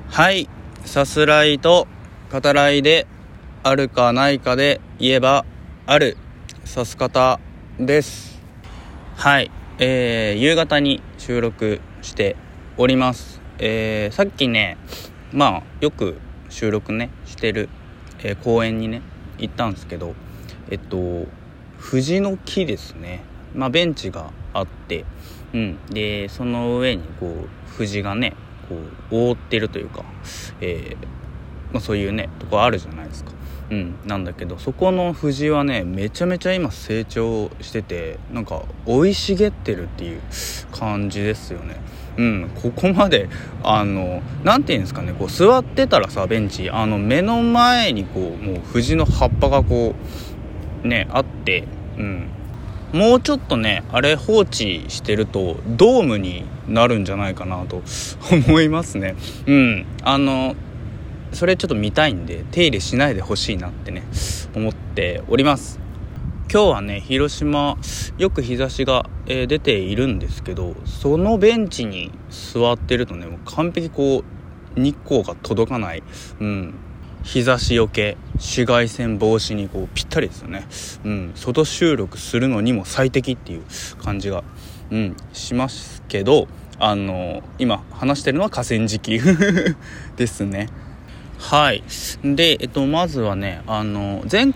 はい、さすらいと語らいであるかないかで言えばあるさす方です。はい、夕方に収録しております。さっきね、よく収録ねしてる、公園にね行ったんですけど、藤の木ですね。ベンチがあって、でその上にこう藤がねこう覆ってるというか、そういうねとこあるじゃないですか。なんだけどそこの藤はねめちゃめちゃ今成長してて、なんか生い茂ってるっていう感じですよね。ここまでなんていうんですかね、こう座ってたらさ、ベンチ目の前にこうもう藤の葉っぱがこうねあって、もうちょっとねあれ放置してるとドームになるんじゃないかなと思いますね。それちょっと見たいんで手入れしないでほしいなってね思っております。今日はね広島よく日差しが、出ているんですけど、そのベンチに座ってるとねもう完璧こう日光が届かない、日差しよけ紫外線防止にこうぴったりですよね。外収録するのにも最適っていう感じが、しますけど、今話してるのは河川敷ですね。はい。で、まずはね、前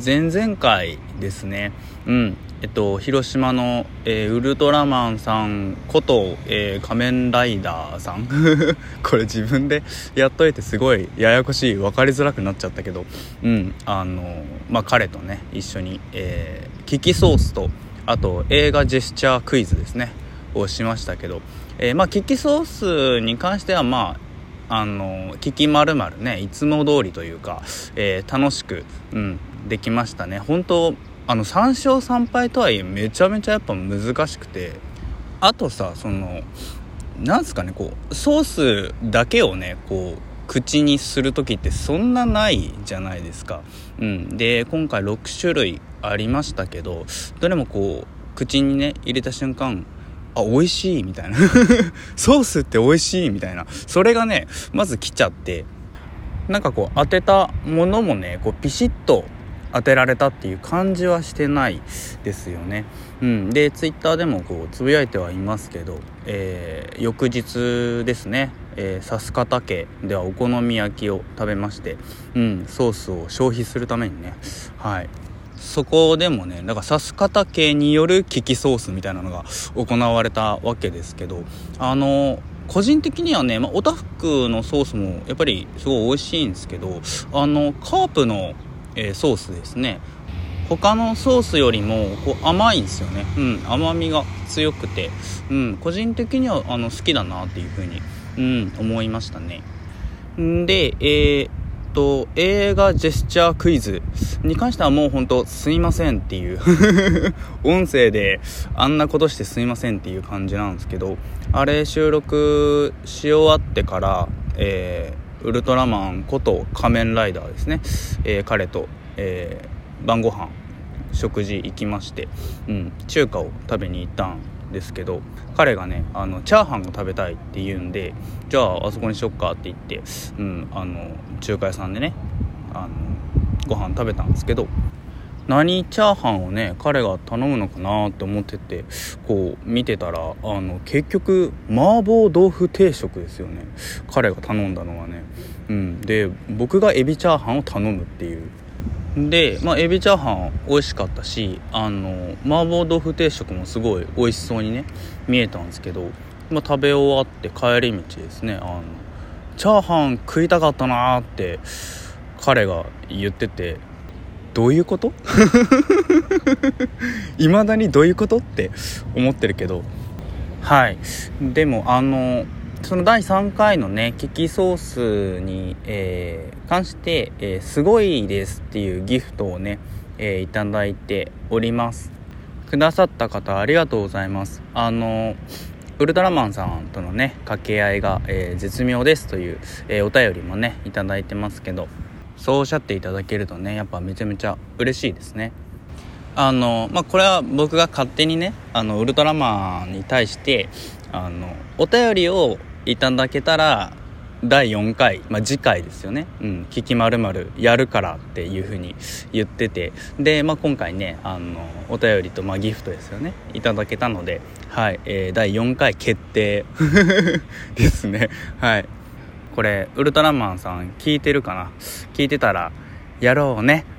々回ですね。広島の、ウルトラマンさんこと、仮面ライダーさんこれ自分でやっといてすごいややこしい、分かりづらくなっちゃったけど、彼とね一緒に、キキソースとあと映画ジェスチャークイズですねをしましたけど、キキソースに関してはキキ〇〇ねいつも通りというか、楽しく、できましたね。本当3勝3敗とはいえめちゃめちゃやっぱ難しくて、あとさなんすかね、こうソースだけをねこう口にする時ってそんなないじゃないですか。で今回6種類ありましたけど、どれもこう口にね入れた瞬間美味しいみたいなソースって美味しいみたいな、それがねまず来ちゃって、なんかこう当てたものもねこうピシッと当てられたっていう感じはしてないですよね。でツイッターでもこうつぶやいてはいますけど、翌日ですね、さす方家ではお好み焼きを食べまして、ソースを消費するためにね、そこでもねだからさす方家によるキキソースみたいなのが行われたわけですけど、個人的にはね、おたふくのソースもやっぱりすごい美味しいんですけど、カープの、ソースですね、他のソースよりもこう甘いんですよね。甘みが強くて、個人的には好きだなっていう風に、思いましたね。で映画ジェスチャークイズに関してはもう本当すいませんっていう音声であんなことしてすいませんっていう感じなんですけど、あれ収録し終わってから、ウルトラマンこと仮面ライダーですね、彼と、晩ご飯食事行きまして、中華を食べに行ったんですけど、彼がねチャーハンが食べたいって言うんで、じゃああそこにしよっかって言って、中華屋さんでねご飯食べたんですけど、何チャーハンをね彼が頼むのかなって思っててこう見てたら結局麻婆豆腐定食ですよね、彼が頼んだのはね。で僕がエビチャーハンを頼むっていうで、エビチャーハン美味しかったし、麻婆豆腐定食もすごい美味しそうにね見えたんですけど、食べ終わって帰り道ですねチャーハン食いたかったなーって彼が言ってて、どういうこと未だにどういうことって思ってるけど、でもその第3回のねキキソースに、関して、すごいですっていうギフトをね、いただいております。くださった方ありがとうございます。ウルトラマンさんとのね掛け合いが、絶妙ですという、お便りもねいただいてますけど、そうおっしゃっていただけるとねやっぱめちゃめちゃ嬉しいですね。これは僕が勝手にねウルトラマンに対してお便りをいただけたら第4回、次回ですよね、聞きまるまるやるからっていう風に言ってて、で、今回ねお便りとギフトですよねいただけたので、はい、第4回決定ですね。はい、これウルトラマンさん聞いてるかな。聞いてたらやろうね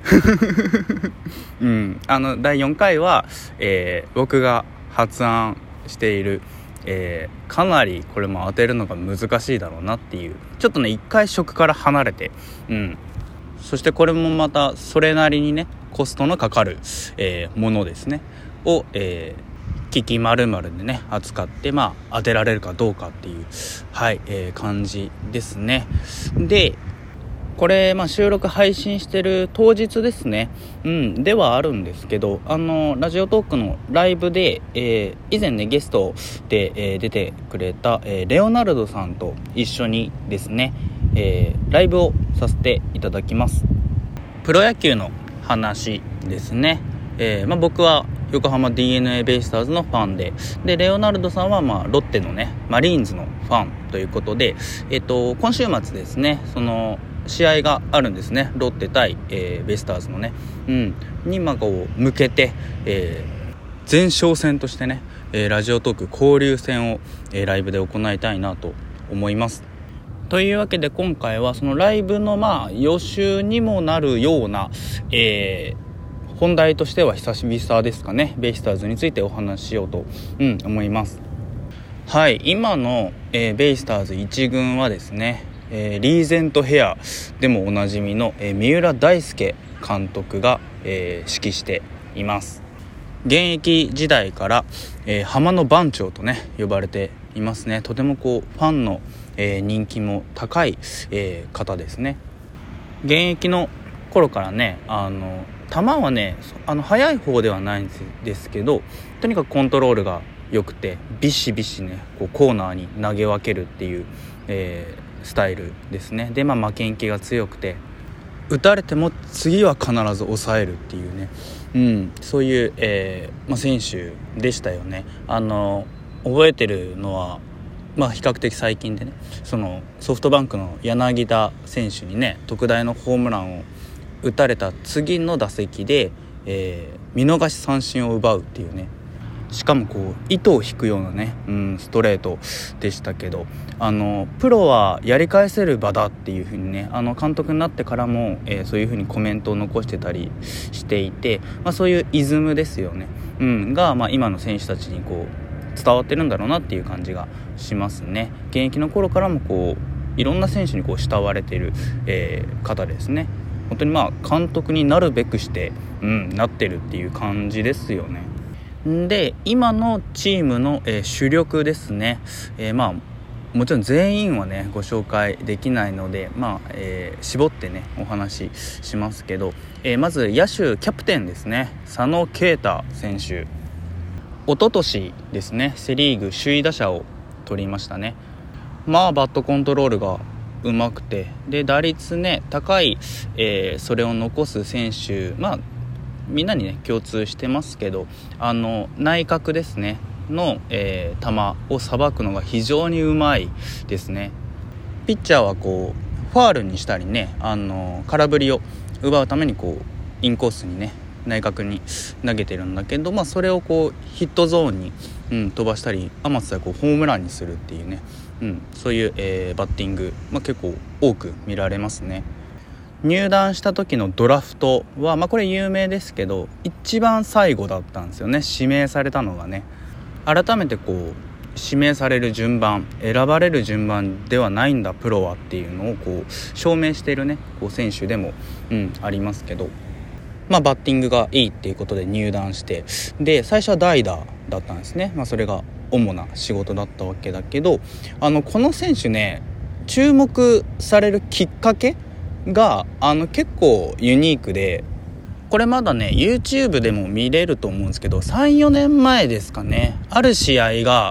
第4回は、僕が発案している、かなりこれも当てるのが難しいだろうなっていう、ちょっとね一回食から離れて、そしてこれもまたそれなりにねコストのかかる、ものですねを、聞きまるまるでね扱って、当てられるかどうかっていう、感じですね。でこれ、収録配信してる当日ですね、ではあるんですけど、ラジオトークのライブで、以前ねゲストで、出てくれた、レオナルドさんと一緒にですね、ライブをさせていただきます。プロ野球の話ですね。僕は横浜 DNA ベイスターズのファンでレオナルドさんはロッテのねマリーンズのファンということで、今週末ですねその試合があるんですね。ロッテ対、ベイスターズのね、にこう向けて、前哨戦としてね、ラジオトーク交流戦を、ライブで行いたいなと思います。というわけで今回はそのライブの予習にもなるような、本題としては久々ですかね、ベイスターズについてお話ししようと、思います。はい、今の、ベイスターズ1軍はですね、リーゼントヘアでもおなじみの、三浦大輔監督が、指揮しています。現役時代から、浜の番長とね呼ばれていますね。とてもこうファンの、人気も高い、方ですね。現役の頃からね球はね速い方ではないんですけど、とにかくコントロールが良くてビシビシねこうコーナーに投げ分けるっていう、スタイルですね。で負けん気が強くて打たれても次は必ず抑えるっていうね、そういう、選手でしたよね。覚えてるのは比較的最近でね、そのソフトバンクの柳田選手にね特大のホームランを打たれた次の打席で、見逃し三振を奪うっていうね、しかもこう糸を引くようなね、ストレートでしたけど、プロはやり返せる場だっていう風にね監督になってからも、そういう風にコメントを残してたりしていて、そういうイズムですよね、が、今の選手たちにこう伝わってるんだろうなっていう感じがしますね。現役の頃からもこういろんな選手にこう慕われている、方ですね。本当に監督になるべくして、なってるっていう感じですよね。で今のチームの、主力ですね、もちろん全員はねご紹介できないので、絞ってねお話ししますけど、まず野手キャプテンですね、佐野啓太選手。一昨年ですねセリーグ首位打者を取りましたね。バットコントロールがうまくて、で打率ね高い、それを残す選手、みんなにね共通してますけど内角ですねの、球をさばくのが非常にうまいですね。ピッチャーはこうファールにしたりね空振りを奪うためにこうインコースにね内角に投げてるんだけど、それをこうヒットゾーンに、飛ばしたり余ってたらこうホームランにするっていうね、そういう、バッティング、結構多く見られますね。入団した時のドラフトは、これ有名ですけど一番最後だったんですよね。指名されたのがね、改めてこう指名される順番、選ばれる順番ではないんだプロはっていうのをこう証明しているねこう選手でも、ありますけど、バッティングがいいっていうことで入団して、で最初は代打だったんですね。それが主な仕事だったわけだけど、この選手ね注目されるきっかけが結構ユニークで、これまだね YouTube でも見れると思うんですけど 3,4 年前ですかね、ある試合が、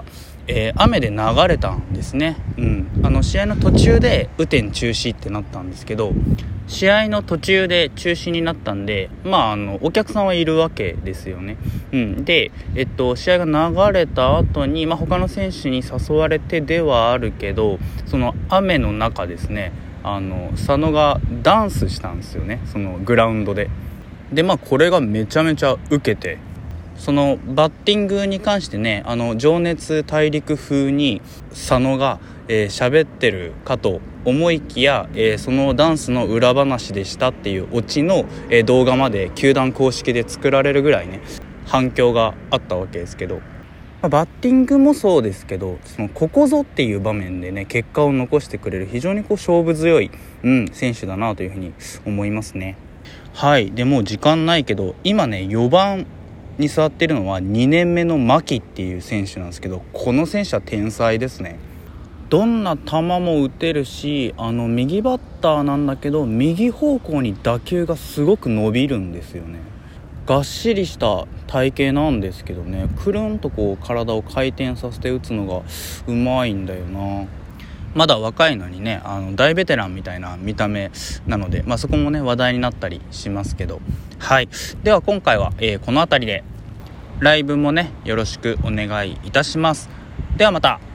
雨で流れたんですね。試合の途中で雨天中止ってなったんですけど、試合の途中で中止になったんで、お客さんはいるわけですよね。で、試合が流れた後に、他の選手に誘われてではあるけど、その雨の中ですね、佐野がダンスしたんですよね、そのグラウンドで。で、これがめちゃめちゃウケて、そのバッティングに関してね、情熱大陸風に佐野が喋ってるかと思いきや、そのダンスの裏話でしたっていうオチの、動画まで球団公式で作られるぐらいね、反響があったわけですけど、バッティングもそうですけど、そのここぞっていう場面でね、結果を残してくれる非常に勝負強い、選手だなというふうに思いますね。はい。でもう時間ないけど、今ね4番に座ってるのは2年目の牧っていう選手なんですけど、この選手は天才ですね。どんな球も打てるし、右バッターなんだけど、右方向に打球がすごく伸びるんですよね。がっしりした体型なんですけどね、くるんと体を回転させて打つのがうまいんだよな。まだ若いのにね、大ベテランみたいな見た目なので、そこもね話題になったりしますけど、はい。では今回は、この辺りで、ライブもねよろしくお願いいたします。ではまた。